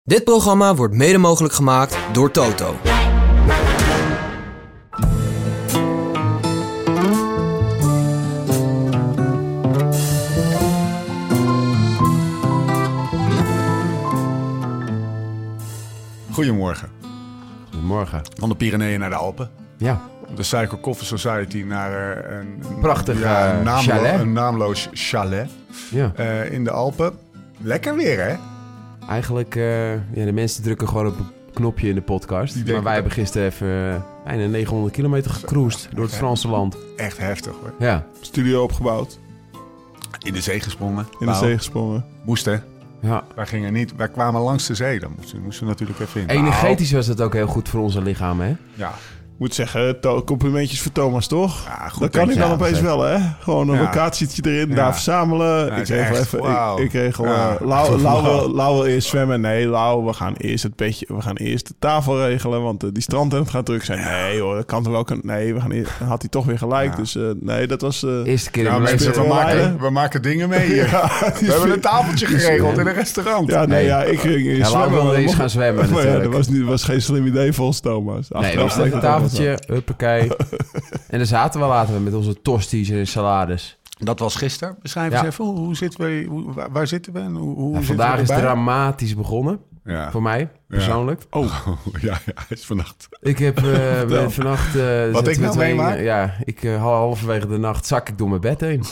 Dit programma wordt mede mogelijk gemaakt door Toto. Goedemorgen. Goedemorgen. Van de Pyreneeën naar de Alpen. Ja. De Cycle Coffee Society naar een prachtig chalet. Een naamloos chalet in de Alpen. Lekker weer, hè? Eigenlijk, de mensen drukken gewoon op een knopje in de podcast. Maar wij hebben gisteren even bijna 900 kilometer gecruised door het Franse land. Echt heftig, hoor. Ja. Studio opgebouwd. In de zee gesprongen. De zee gesprongen. Moest, hè? Ja. Wij kwamen langs de zee. Dan moesten we natuurlijk even in. Energetisch was het ook heel goed voor onze lichamen, hè? Ja. Moet zeggen, complimentjes voor Thomas, toch? Ja, goed, dat kan hij dan opeens zeker. wel, hè? Gewoon een locatietje erin, daar verzamelen. Ja, ik regel Lau wil eerst zwemmen. Nee, Lau, we gaan eerst de tafel regelen, want die strandtent gaat druk zijn. Nee hoor, dat kan toch wel. Nee, dan had hij toch weer gelijk. Dus nee, dat was... Eerste keer in mijn mensen, leven. we maken dingen mee hier. We hebben een tafeltje geregeld in een restaurant. Ja, ik ging Lau wilde eens gaan zwemmen natuurlijk. Dat was geen slim idee volgens Thomas. Nee, dat was een tafeltje, huppakee. En dan zaten we later met onze tosties en salades. Dat was gisteren. Beschrijf eens even, hoe zitten we, waar zitten we? En hoe vandaag we is dramatisch begonnen. Ja. Voor mij, persoonlijk. Ja. Ja, het is vannacht. Ik heb vannacht... Wat ik nou meemaak? Ja, halverwege de nacht zak ik door mijn bed heen.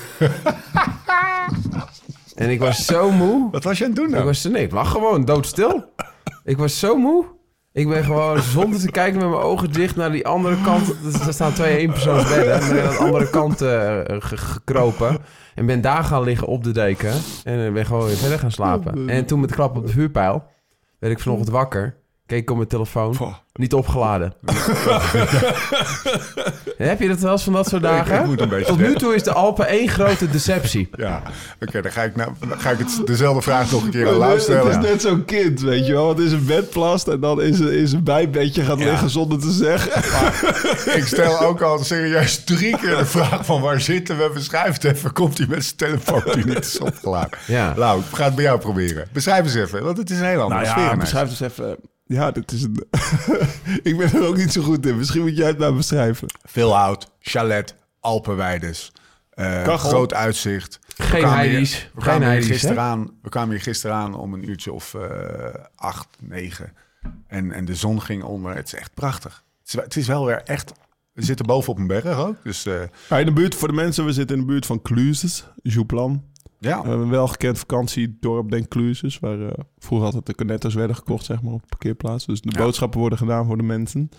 En ik was zo moe. Wat was je aan het doen dan? Ik lag gewoon doodstil. Ik was zo moe. Ik ben gewoon zonder te kijken met mijn ogen dicht naar die andere kant. Er staan 2 eenpersoonsbedden. Ik ben aan de andere kant gekropen. En ben daar gaan liggen op de deken. En ben gewoon weer verder gaan slapen. En toen met de klap op de vuurpijl werd ik vanochtend wakker. Keek ik op mijn telefoon. Niet opgeladen. Heb je dat wel eens van dat soort dagen? Ik moet een beetje Tot nu toe is de Alpen 1 grote deceptie. Ja, oké, dan ga ik dezelfde vraag nog een keer aan luisteren. Het is net zo'n kind, weet je wel. Het is een bedplast en dan is een bijbedje gaan liggen zonder te zeggen. Maar ik stel ook al serieus 3 keer de vraag van waar zitten we? Beschrijf het even. Komt hij met zijn telefoon die niet is opgeladen? Ja. Lau, ik ga het bij jou proberen. Beschrijf eens even, want het is een heel andere sfeer. Beschrijf eens even... Ja, dit is een... Ik ben er ook niet zo goed in. Misschien moet jij het maar beschrijven. Veel hout, chalet, Alpenweides, groot uitzicht. Geen heidies. We kwamen hier gisteren aan om een uurtje of 8, 9. En de zon ging onder. Het is echt prachtig. Het is wel weer echt... We zitten boven op een berg ook. Dus, in de buurt, voor de mensen, we zitten in de buurt van Cluses, Jouplan. Ja. Een welgekend vakantiedorp, denk Cluses, waar vroeger altijd de cornetters werden gekocht, zeg maar, op de parkeerplaats. Dus de boodschappen worden gedaan voor de mensen.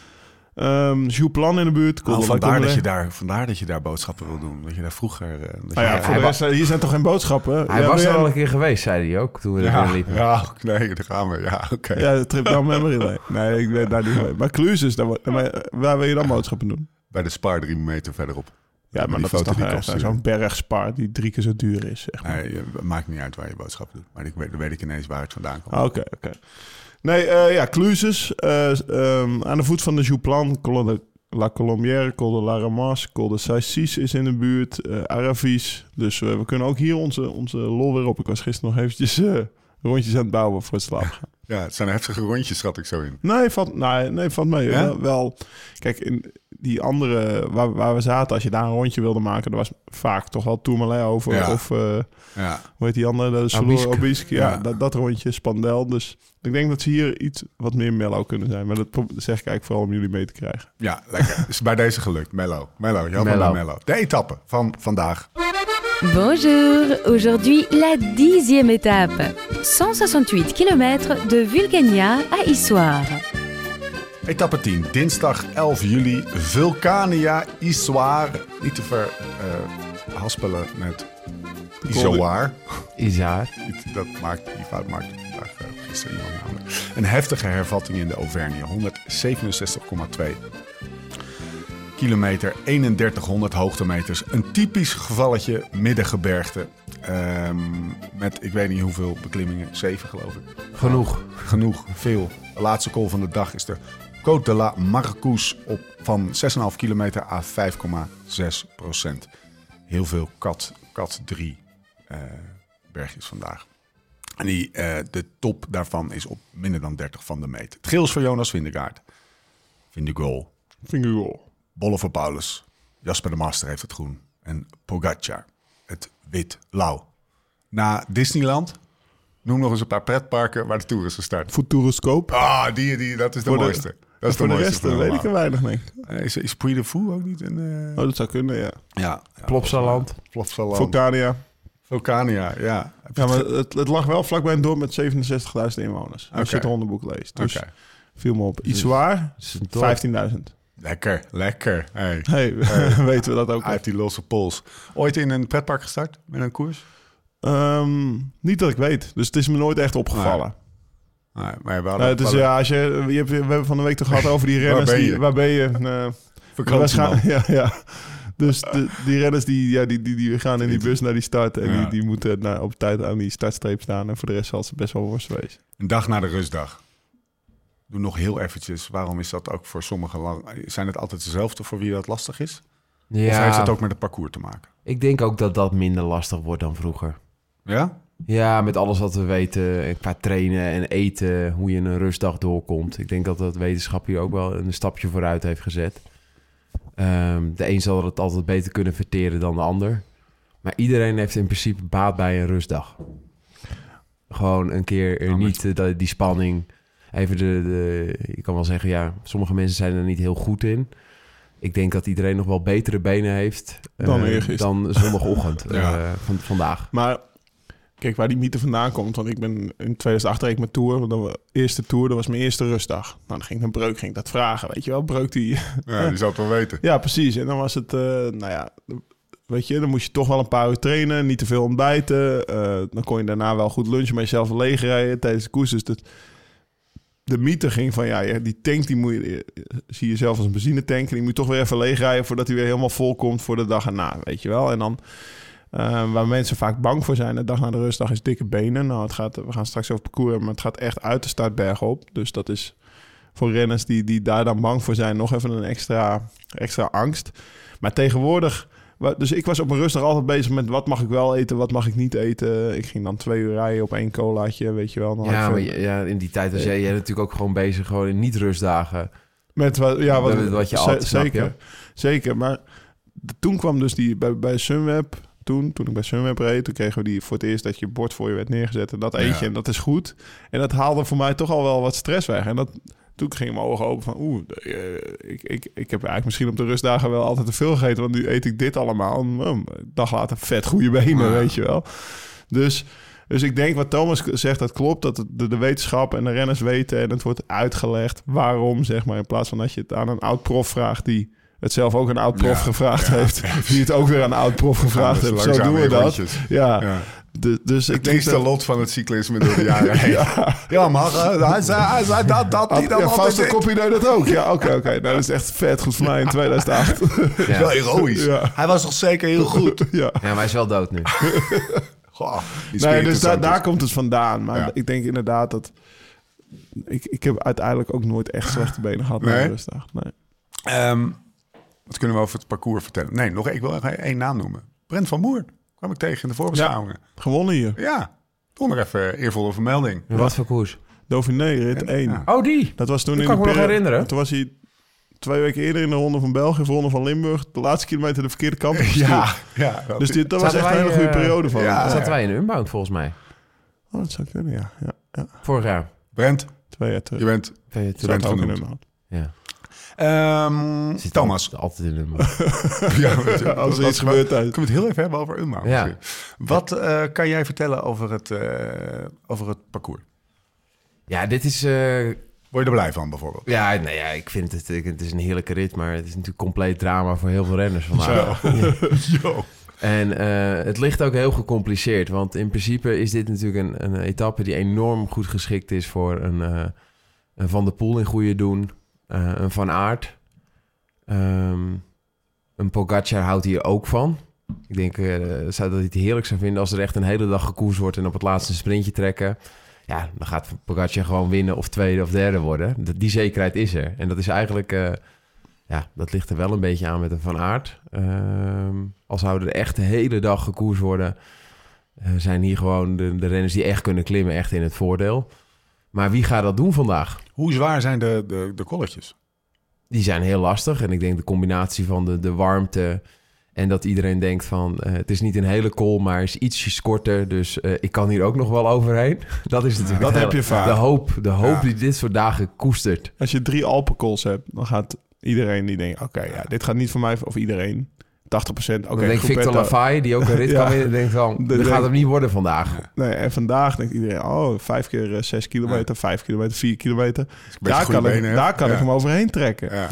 Jouplan in de buurt. Vandaar dat je daar boodschappen wil doen. Dat je daar vroeger... hier zijn toch geen boodschappen? Hij was er al een keer geweest, zei hij ook, toen we erin liepen. Ja, nee, daar gaan we. Ja, oké. Ja, de trip down memory lane. Nee, ik weet daar niet mee. Maar Cluses, waar wil je dan boodschappen doen? Bij de Spar 3 meter verderop. Ja, maar dat is toch zo'n bergspar die 3 keer zo duur is, zeg maar. Nee, het maakt niet uit waar je boodschappen doet. Maar dan weet ik ineens waar het vandaan komt. Oké. Nee, Cluses. Aan de voet van de Jouplan, Col de La Colombière, Col de la Ramasse, Col de Saïs is in de buurt, Aravis. Dus we kunnen ook hier onze lol weer op. Ik was gisteren nog eventjes rondjes aan het bouwen voor het slapen gaan. Ja, het zijn heftige rondjes, schat ik zo in. Nee, valt mee. Ja? Wel, kijk, in die andere waar we zaten, als je daar een rondje wilde maken, er was vaak toch wel Tourmalet over. Ja. Of, hoe heet die andere? Obisque. Ja, dat rondje, Spandel. Dus ik denk dat ze hier wat meer mellow kunnen zijn. Maar dat zeg ik eigenlijk vooral om jullie mee te krijgen. Ja, lekker. Is bij deze gelukt. Mellow. Mellow. De etappe van vandaag. Bonjour, aujourd'hui la 10e étape. 168 km de Vulcania à Issoire. Etappe 10, dinsdag 11 juli, Vulcania, Issoire. Niet te verhaspelen met Issoire. Isar. Die fout maakte vandaag gisteren iemand namelijk. Een heftige hervatting in de Auvergne, 167,2 kilometer, 3100 hoogtemeters. Een typisch gevalletje middengebergte. Met ik weet niet hoeveel beklimmingen, 7 geloof ik. Genoeg, veel. De laatste call van de dag is de Côte de la Marcousse van 6,5 kilometer à 5,6%. Heel veel kat 3 bergjes vandaag. En de top daarvan is op minder dan 30 van de meet. Het geel is voor Jonas Vingegaard. Vingegaard. Bolle voor Paulus. Jasper de Master heeft het groen. En Pogacar het wit-lauw. Na Disneyland, noem nog eens een paar pretparken waar de Tour is gestart. Futuroscope. Dat is de mooiste. Dat is voor de mooiste rest weet ik er weinig mee. Is Puy de Fou ook niet een... Dat zou kunnen, ja. Plopsaland. Vulcania, ja. Ja, maar het lag wel vlakbij een dorp met 67.000 inwoners. Als je het hondenboek leest. Dus viel me op. Iets zwaar, 15.000. Lekker. Hey, weten we dat ook. Uit die losse pols. Ooit in een pretpark gestart met een koers? Niet dat ik weet. Dus het is me nooit echt opgevallen. Nee, maar we hebben van de week toch gehad over die renners. Waar ben je? Vakantieman. Ja. Dus die renners die gaan in die bus naar die start. En die moeten op tijd aan die startstreep staan. En voor de rest zal ze best wel worst wezen. Een dag na de rustdag. Doe nog heel eventjes. Waarom is dat ook voor sommigen lang? Zijn het altijd dezelfde voor wie dat lastig is? Ja. Of heeft het ook met het parcours te maken? Ik denk ook dat dat minder lastig wordt dan vroeger. Ja? Ja, met alles wat we weten qua trainen en eten, hoe je een rustdag doorkomt. Ik denk dat wetenschap hier ook wel een stapje vooruit heeft gezet. De een zal het altijd beter kunnen verteren dan de ander. Maar iedereen heeft in principe baat bij een rustdag. Gewoon een keer niet die spanning. Even je kan wel zeggen, sommige mensen zijn er niet heel goed in. Ik denk dat iedereen nog wel betere benen heeft dan zondagochtend van vandaag. Maar kijk, waar die mythe vandaan komt. Want ik ben in 2008 reed ik mijn tour. Eerste tour, dat was mijn eerste rustdag. Nou, dan ging een breuk, ging ik dat vragen. Weet je wel, breuk die... Ja, die zou het wel weten. Ja, precies. En dan was het, weet je, dan moest je toch wel een paar uur trainen. Niet te veel ontbijten. Dan kon je daarna wel goed lunchen, maar jezelf leeg rijden tijdens de koers. Dus de mythe ging van, die tank, zie je zelf als een benzinetank. En die moet je toch weer even leeg rijden voordat hij weer helemaal vol komt voor de dag erna, weet je wel. En dan... waar mensen vaak bang voor zijn, de dag na de rustdag, is dikke benen. Nou, we gaan straks over parcours hebben, maar het gaat echt uit de startberg op. Dus dat is voor renners die daar dan bang voor zijn, nog even een extra angst. Maar tegenwoordig... Dus ik was op mijn rustdag altijd bezig met wat mag ik wel eten, wat mag ik niet eten. Ik ging dan 2 uur rijden op 1 colaatje, weet je wel. Dan maar in die tijd was jij natuurlijk ook gewoon bezig, gewoon in niet-rustdagen. Met wat je altijd Zeker, maar toen kwam dus bij Sunweb... Toen ik bij Sunweb reed, toen kregen we voor het eerst dat je bord voor je werd neergezet. En dat eet je en dat is goed. En dat haalde voor mij toch al wel wat stress weg. En toen gingen mijn ogen open van... ik heb eigenlijk misschien op de rustdagen wel altijd te veel gegeten. Want nu eet ik dit allemaal. Een dag later vet goede benen, weet je wel. Dus ik denk wat Thomas zegt, dat klopt. Dat de wetenschap en de renners weten. En het wordt uitgelegd waarom, zeg maar. In plaats van dat je het aan een oud-prof vraagt die... het zelf ook een oud-prof gevraagd heeft. Die het ook weer aan een oud-prof gevraagd heeft. Zo doen we dat. Dus ik denk het lot van het cyclisme door de jaren heen. Maar hij zei dat niet. Vast een kopje deed dat ook. Ja, oké. Nou, dat is echt vet goed voor mij in 2008. Dat is wel heroïs. Ja. Hij was toch zeker heel goed? Ja, maar hij is wel dood nu. Dus daar komt het vandaan. Maar ik denk inderdaad dat... Ik heb uiteindelijk ook nooit echt slechte benen gehad na de rustdag. Nee. Wat kunnen we over het parcours vertellen? Nee, ik wil één naam noemen. Brent van Moer kwam ik tegen in de voorbeschouwingen. Ja, gewonnen hier. Ja, toch nog even eervolle vermelding. Wat voor koers? Dauphiné, rit 1. Ja. Oh, die? Dat was toen dat in kan ik me nog herinneren. Toen was hij 2 weken eerder in de Ronde van België, Ronde van Limburg. De laatste kilometer de verkeerde kant op gestuurd. Dus dat was echt een hele goede periode van. Zaten wij in Unbound volgens mij. Oh, dat zou kunnen, ja. Vorig jaar. Brent, 2 jaar terug. Je bent ook in Unbound. Ja. Thomas. Altijd in Unbound. Als er iets gebeurt thuis. Kunnen we het heel even hebben over Unbound? Ja. Wat kan jij vertellen over het parcours? Ja, dit is... Word je er blij van, bijvoorbeeld? Ja, ik vind het is een heerlijke rit, maar het is natuurlijk compleet drama voor heel veel renners vandaag. Zo. En het ligt ook heel gecompliceerd, want in principe is dit natuurlijk een etappe die enorm goed geschikt is voor een Van der Poel in goede doen, een Van Aert. Een Pogacar houdt hier ook van. Ik denk dat hij het heerlijk zou vinden als er echt een hele dag gekoerst wordt en op het laatste een sprintje trekken. Ja, dan gaat Pogacar gewoon winnen of tweede of derde worden. Die zekerheid is er. En dat is eigenlijk... dat ligt er wel een beetje aan met een Van Aert. Als zou er echt de hele dag gekoerst worden... zijn hier gewoon de renners die echt kunnen klimmen echt in het voordeel. Maar wie gaat dat doen vandaag? Hoe zwaar zijn de kolletjes? Die zijn heel lastig. En ik denk de combinatie van de warmte en dat iedereen denkt van... het is niet een hele kol, maar is ietsjes korter. Dus ik kan hier ook nog wel overheen. Dat is natuurlijk dat heb je vaak. De hoop die dit soort dagen koestert. Als je 3 Alpenkools hebt, dan gaat iedereen die denkt... Oké, dit gaat niet voor mij, of iedereen... 80%. Dan denkt Victor Lafay, die ook een rit kan winnen, denkt van... Dat gaat hem niet worden vandaag. Nee, en vandaag denkt iedereen... 5 keer 6 kilometer, 5 kilometer, 4 kilometer. Daar kan ik hem overheen trekken.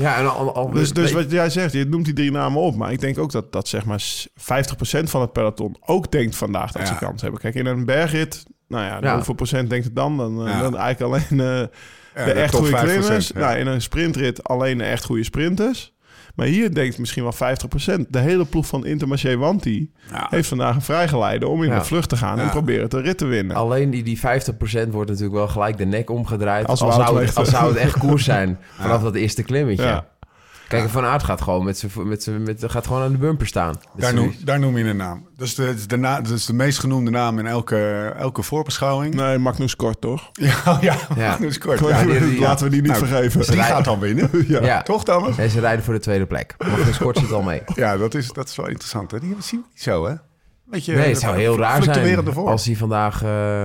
Dus wat jij zegt, je noemt die 3 namen op. Maar ik denk ook dat zeg maar 50% van het peloton ook denkt vandaag dat ze kans hebben. Kijk, in een bergrit... hoeveel procent denkt het dan? Dan eigenlijk alleen de echt goede klimmers. In een sprintrit alleen de echt goede sprinters. Maar hier denkt misschien wel 50%. De hele ploeg van Intermarché Wanty heeft vandaag een vrijgeleide om in de vlucht te gaan en proberen de rit te winnen. Alleen die 50% wordt natuurlijk wel gelijk de nek omgedraaid. Als zou het echt koers zijn vanaf dat eerste klimmetje. Ja. Kijk, Van Aert gaat gewoon gaat gewoon aan de bumper staan. Daar noem je een naam. Dat is de meest genoemde naam in elke voorbeschouwing. Nee, Magnus Kort, toch? Ja. Magnus Kort. Laten we die niet vergeven. Die gaat dan winnen. Toch, Thomas? En ze rijden voor de tweede plek. Magnus Kort zit al mee. Ja, dat is wel interessant. Hè? Die zien we niet zo, hè? Het zou heel raar zijn als hij vandaag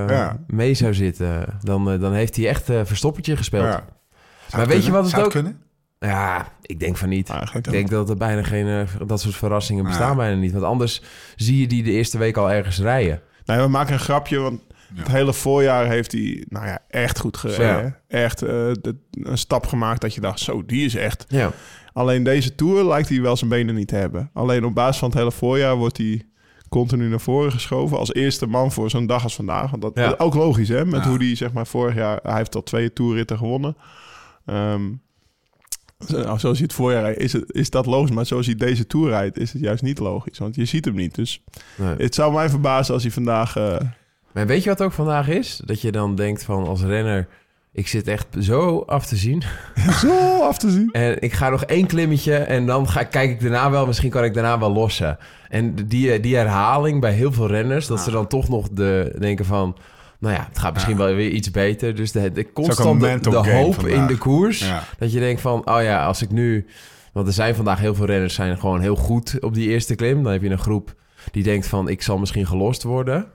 mee zou zitten. Dan heeft hij echt verstoppertje gespeeld. Ja. Maar weet je wat het ook... kunnen? Ja, ik denk van niet. Ik denk dat er bijna geen... dat soort verrassingen bestaan bijna niet. Want anders zie je die de eerste week al ergens rijden. Nee, we maken een grapje, want het hele voorjaar heeft hij echt goed gereden. Ja. Echt een stap gemaakt dat je dacht, zo, die is echt... Ja. Alleen deze Tour lijkt hij wel zijn benen niet te hebben. Alleen op basis van het hele voorjaar wordt hij continu naar voren geschoven. Als eerste man voor zo'n dag als vandaag. Want dat is ook logisch, hè? Met hoe hij, zeg maar, vorig jaar... Hij heeft al 2 toerritten gewonnen. Zoals hij het voorjaar is dat logisch. Maar zoals hij deze Tour rijdt, is het juist niet logisch. Want je ziet hem niet. Dus het zou mij verbazen als hij vandaag... Maar weet je wat ook vandaag is? Dat je dan denkt van als renner... Ik zit echt zo af te zien. Zo af te zien. En ik ga nog 1 klimmetje en dan kijk ik daarna wel... Misschien kan ik daarna wel lossen. En die herhaling bij heel veel renners... Dat ze dan toch nog denken van... Nou ja, het gaat misschien wel weer iets beter. Dus de constante hoop vandaag in de koers. Ja. Dat je denkt van, als ik nu... Want er zijn vandaag heel veel renners zijn gewoon heel goed op die eerste klim. Dan heb je een groep die denkt van, ik zal misschien gelost worden.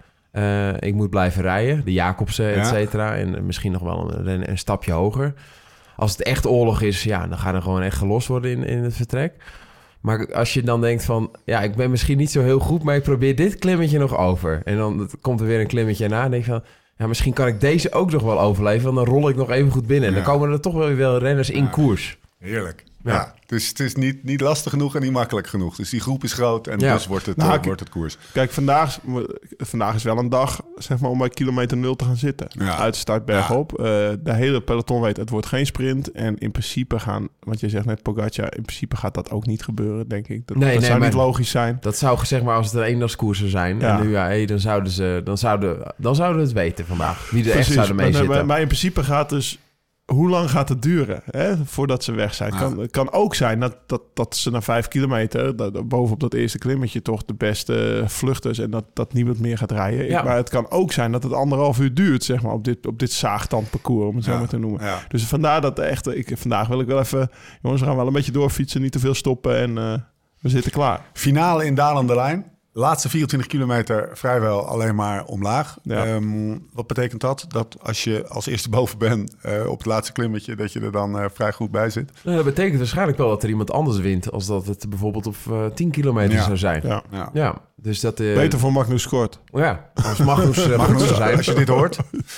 Ik moet blijven rijden. De Jacobsen, et cetera. En misschien nog wel een stapje hoger. Als het echt oorlog is, dan gaan er gewoon echt gelost worden in het vertrek. Maar als je dan denkt van... ik ben misschien niet zo heel goed... maar ik probeer dit klimmetje nog over. En dan komt er weer een klimmetje na... en denk je van... misschien kan ik deze ook nog wel overleven... want dan rol ik nog even goed binnen. En dan komen er toch wel renners in koers. Heerlijk. Ja. Dus het is niet lastig genoeg en niet makkelijk genoeg. Dus die groep is groot en dus wordt het koers. Kijk, vandaag is wel een dag, zeg maar, om bij kilometer 0 te gaan zitten. Ja. Uit de start bergop. De hele peloton weet, het wordt geen sprint. En in principe want je zegt net Pogacar, in principe gaat dat ook niet gebeuren, denk ik. Dat zou niet logisch zijn. Dat zou, zeg maar, als het een eendagskoersen zijn. Ja. En nu, dan zouden we het weten vandaag. Wie er echt zouden mee zitten. Maar in principe gaat dus... Hoe lang gaat het duren voordat ze weg zijn? Het kan ook zijn dat ze na 5 kilometer... bovenop dat eerste klimmetje toch de beste vluchters... en dat niemand meer gaat rijden. Ja. Maar het kan ook zijn dat het 1,5 uur duurt... zeg maar, op dit zaagtandparcours, om het zo maar te noemen. Ja. Dus vandaar dat vandaag wil ik wel even... Jongens, we gaan wel een beetje doorfietsen, niet te veel stoppen... en we zitten klaar. Finale in dalende lijn. Laatste 24 kilometer vrijwel alleen maar omlaag. Ja. Wat betekent dat? Dat als je als eerste boven bent op het laatste klimmetje... dat je er dan vrij goed bij zit? Dat betekent waarschijnlijk wel dat er iemand anders wint... als dat het bijvoorbeeld op 10 kilometer zou zijn. Ja. Dus dat, beter voor Magnus Kort. Ja, als Magnus zou zijn. Als je dit hoort.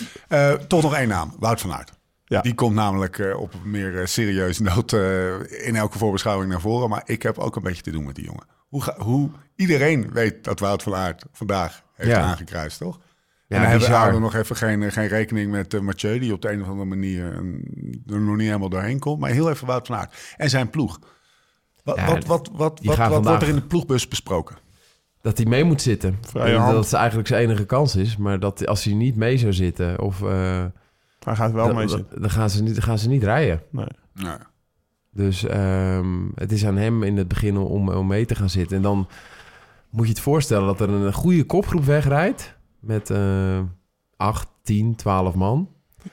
Toch nog 1 naam, Wout van Aert. Ja. Die komt namelijk op een meer serieuze noot in elke voorbeschouwing naar voren. Maar ik heb ook een beetje te doen met die jongen. Hoe iedereen weet dat Wout van Aert vandaag heeft aangekruist, toch? Ja, en dan hebben we nog even geen rekening met Mathieu... die op de een of andere manier er nog niet helemaal doorheen komt. Maar heel even Wout van Aert. En zijn ploeg. Wat wordt er in de ploegbus besproken? Dat hij mee moet zitten. Dat het eigenlijk zijn enige kans is. Maar dat als hij niet mee zou zitten... of hij gaat wel mee zitten. Dan gaan ze niet rijden. Nee. Dus het is aan hem in het begin om mee te gaan zitten. En dan moet je het voorstellen dat er een goede kopgroep wegrijdt met 8, 10, 12 man.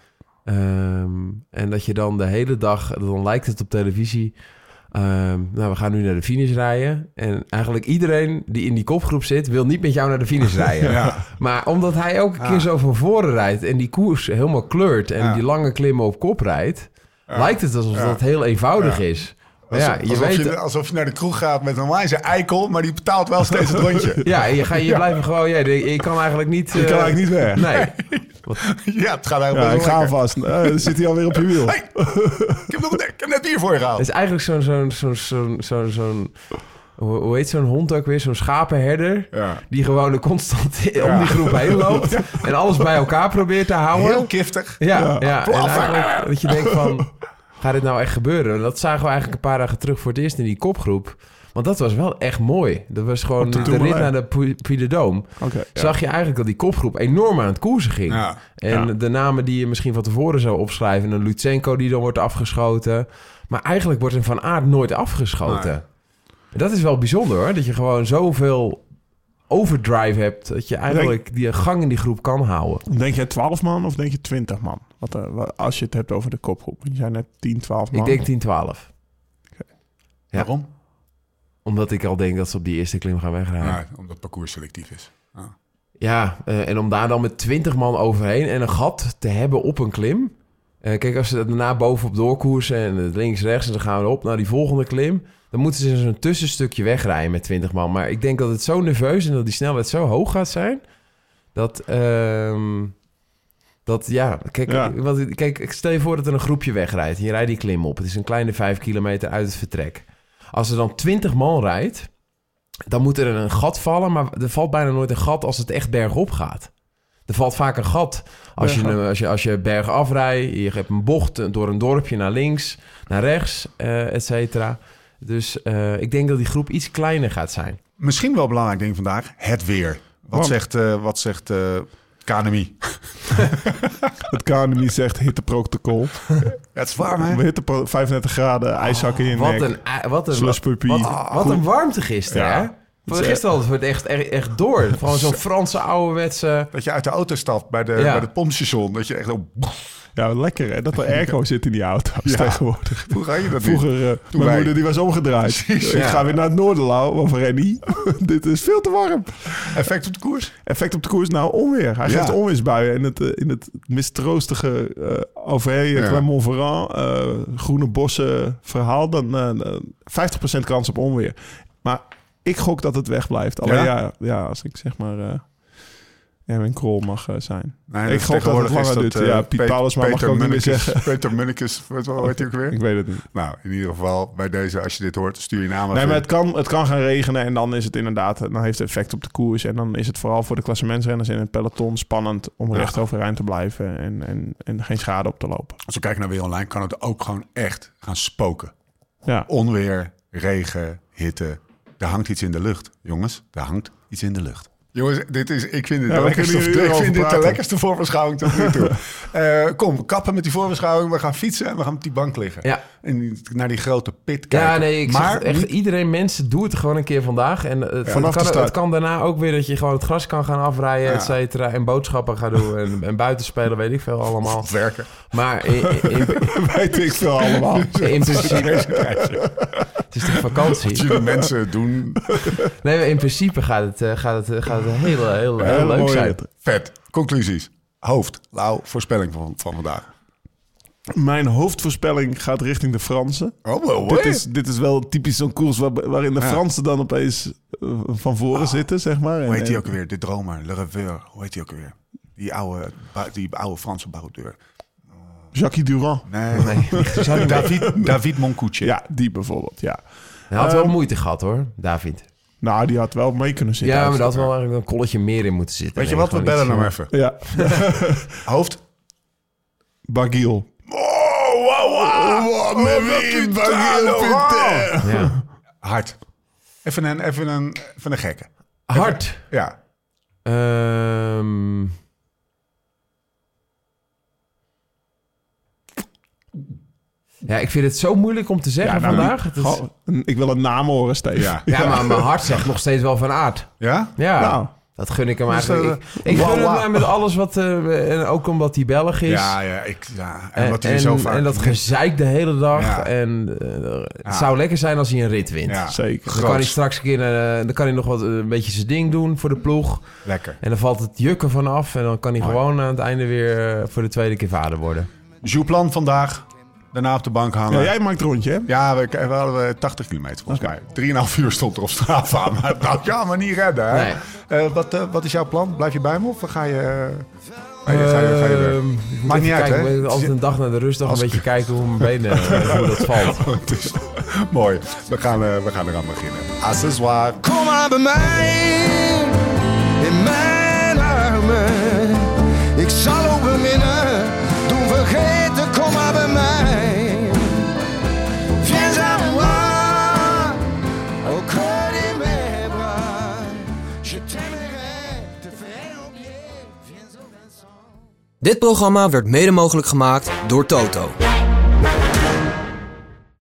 En dat je dan de hele dag, dan lijkt het op televisie, we gaan nu naar de finish rijden. En eigenlijk iedereen die in die kopgroep zit, wil niet met jou naar de finish rijden. Ja. Maar omdat hij elke keer zo van voren rijdt en die koers helemaal kleurt en die lange klimmen op kop rijdt, lijkt het alsof dat heel eenvoudig is. Maar alsof je naar de kroeg gaat met een wijze eikel, maar die betaalt wel steeds het rondje. Ja, je blijft gewoon... je kan eigenlijk niet... Je kan eigenlijk niet weg. Nee. Ja, het gaat eigenlijk ik ga vast. Dan zit hij alweer op je wiel. Hey, ik heb net bier voor je gehaald. Het is eigenlijk zo'n hoe heet zo'n hond ook weer? Zo'n schapenherder. Ja. Die gewoon constant om die groep heen loopt. En alles bij elkaar probeert te houden. Heel giftig. Ja. En eigenlijk dat je denkt van... Gaat dit nou echt gebeuren? Dat zagen we eigenlijk een paar dagen terug voor het eerst in die kopgroep. Want dat was wel echt mooi. Dat was gewoon de rit naar de Puy de Dôme. Zag je eigenlijk dat die kopgroep enorm aan het koersen ging. Ja. En de namen die je misschien van tevoren zou opschrijven... een Lutsenko die dan wordt afgeschoten. Maar eigenlijk wordt een Van Aert nooit afgeschoten. Nee. Dat is wel bijzonder hoor. Dat je gewoon zoveel overdrive hebt... dat je eigenlijk die gang in die groep kan houden. Denk jij 12 man of denk je 20 man? Als je het hebt over de kopgroep. Je zei net 10, 12 man. Ik denk 10, 12. Okay. Ja. Waarom? Omdat ik al denk dat ze op die eerste klim gaan wegrijden. Ja, omdat het parcours selectief is. En om daar dan met 20 man overheen... en een gat te hebben op een klim. Kijk, als ze daarna bovenop doorkoersen... en links, rechts en dan gaan we op naar die volgende klim... dan moeten ze zo'n tussenstukje wegrijden met 20 man. Maar ik denk dat het zo nerveus en dat die snelheid zo hoog gaat zijn... Kijk, stel je voor dat er een groepje wegrijdt... en je rijdt die klim op. Het is een kleine 5 kilometer uit het vertrek. Als er dan 20 man rijdt... dan moet er een gat vallen... maar er valt bijna nooit een gat als het echt bergop gaat. Er valt vaak een gat als je bergaf rijdt... je hebt een bocht door een dorpje naar links, naar rechts, et cetera. Dus ik denk dat die groep iets kleiner gaat zijn. Misschien wel een belangrijk ding vandaag, het weer. Wat zegt KNMI? Het KNMI zegt hitteprotocol. Het is warm, hè? 35 graden, ijszakken in je nek. Wat een warmte gisteren, hè? Gisteren was het echt door. Gewoon zo'n Franse ouderwetse... Dat je uit de auto stapt bij het pompstation. Dat je echt... Ja, lekker hè, dat er airco zit in die auto's tegenwoordig. Hoe ga je dat Vroeger, mijn moeder die was omgedraaid. Precies, ik ga weer naar het Noorderlauw, maar voor Rennie, dit is veel te warm. Effect op de koers? Effect op de koers, nou onweer. Hij geeft onweersbuien in het mistroostige Clermont-Ferrand, groene bossen verhaal, dan 50% kans op onweer. Maar ik gok dat het wegblijft. Alleen als ik zeg maar... Erwin Krol mag zijn. Nee, ik gok dat het langer duurt. Piet Paulusma mag ik ook niet meer zeggen. Peter Munnekes, hoe heet hij ook weer? Ik weet het niet. Nou, in ieder geval, bij deze, als je dit hoort, stuur je naam. Nee, maar het kan gaan regenen en dan is het inderdaad... dan heeft het effect op de koers. En dan is het vooral voor de klassementsrenners in het peloton spannend... om recht overeind te blijven en geen schade op te lopen. Als we kijken naar Weer Online, kan het ook gewoon echt gaan spoken. Ja. Onweer, regen, hitte. Er hangt iets in de lucht, jongens. Er hangt iets in de lucht. Jongens, ik vind dit de lekkerste voorbeschouwing tot nu toe. Kom, kappen met die voorbeschouwing. We gaan fietsen en we gaan op die bank liggen. Ja. En naar die grote pit kijken. Ja, nee, zeg echt iedereen, mensen, doe het gewoon een keer vandaag. En het kan daarna ook weer dat je gewoon het gras kan gaan afrijden, et cetera. En boodschappen gaan doen en buiten spelen, weet ik veel allemaal. Of werken. Maar weet ik veel allemaal. In principe... Het is toch vakantie? Wat jullie mensen doen. Nee, maar in principe gaat het heel leuk zijn. Vet. Conclusies. Hoofd. Lau, voorspelling van vandaag. Mijn hoofdvoorspelling gaat richting de Fransen. Dit is wel typisch zo'n koers waarin de Fransen dan opeens van voren zitten, zeg maar. Hoe heet die ook weer? De dromer, Le Rêveur. Hoe heet die ook weer? Die oude Franse baroudeur. Jacques Durand. Nee. David Moncoutier. Ja, die bijvoorbeeld, ja. Hij had wel moeite gehad, hoor, David. Nou, die had wel mee kunnen zitten. Ja, maar dat had wel eigenlijk een kolletje meer in moeten zitten. Weet je wat, we bellen hem even. Ja. Hoofd? Baguil. Baguil. Ja. Hard. Even een gekke. Hard? Ja. Ja, ik vind het zo moeilijk om te zeggen vandaag. Het is... Ik wil een naam horen, Steve. Ja, maar mijn hart zegt nog steeds wel Van Aert. Ja? Ja, Nou, dat gun ik hem eigenlijk. Ik gun hem met alles wat... en ook omdat hij Belg is. Ja. En wat hij zo vaak... En dat gezeik de hele dag. Ja. En het zou lekker zijn als hij een rit wint. Ja. zeker. Dan kan hij straks een keer... dan kan hij nog wat een beetje zijn ding doen voor de ploeg. Lekker. En dan valt het jukken vanaf. En dan kan hij gewoon aan het einde weer voor de tweede keer vader worden. Jouplan vandaag. Daarna op de bank hangen. Ja, jij maakt het rondje, hè? Ja, we hadden 80 kilometer volgens mij. 3,5 uur stond er op Strava. Maar dat kan me niet redden. Hè? Nee. Wat is jouw plan? Blijf je bij me of ga je... Ga je weg? Maakt niet uit, hè? Ik moet altijd een dag naar de rustdag een beetje kijken hoe mijn benen hoe dat valt. Het is mooi. We gaan eraan beginnen. Accessoire. Kom maar bij mij, in mijn armen. Ik zal ook beminnen, doen vergeten, kom maar bij mij. Viens à moi, au creux de mes bras. Je t'aimerai, te faire oublier, viens au Vincent. Dit programma werd mede mogelijk gemaakt door Toto.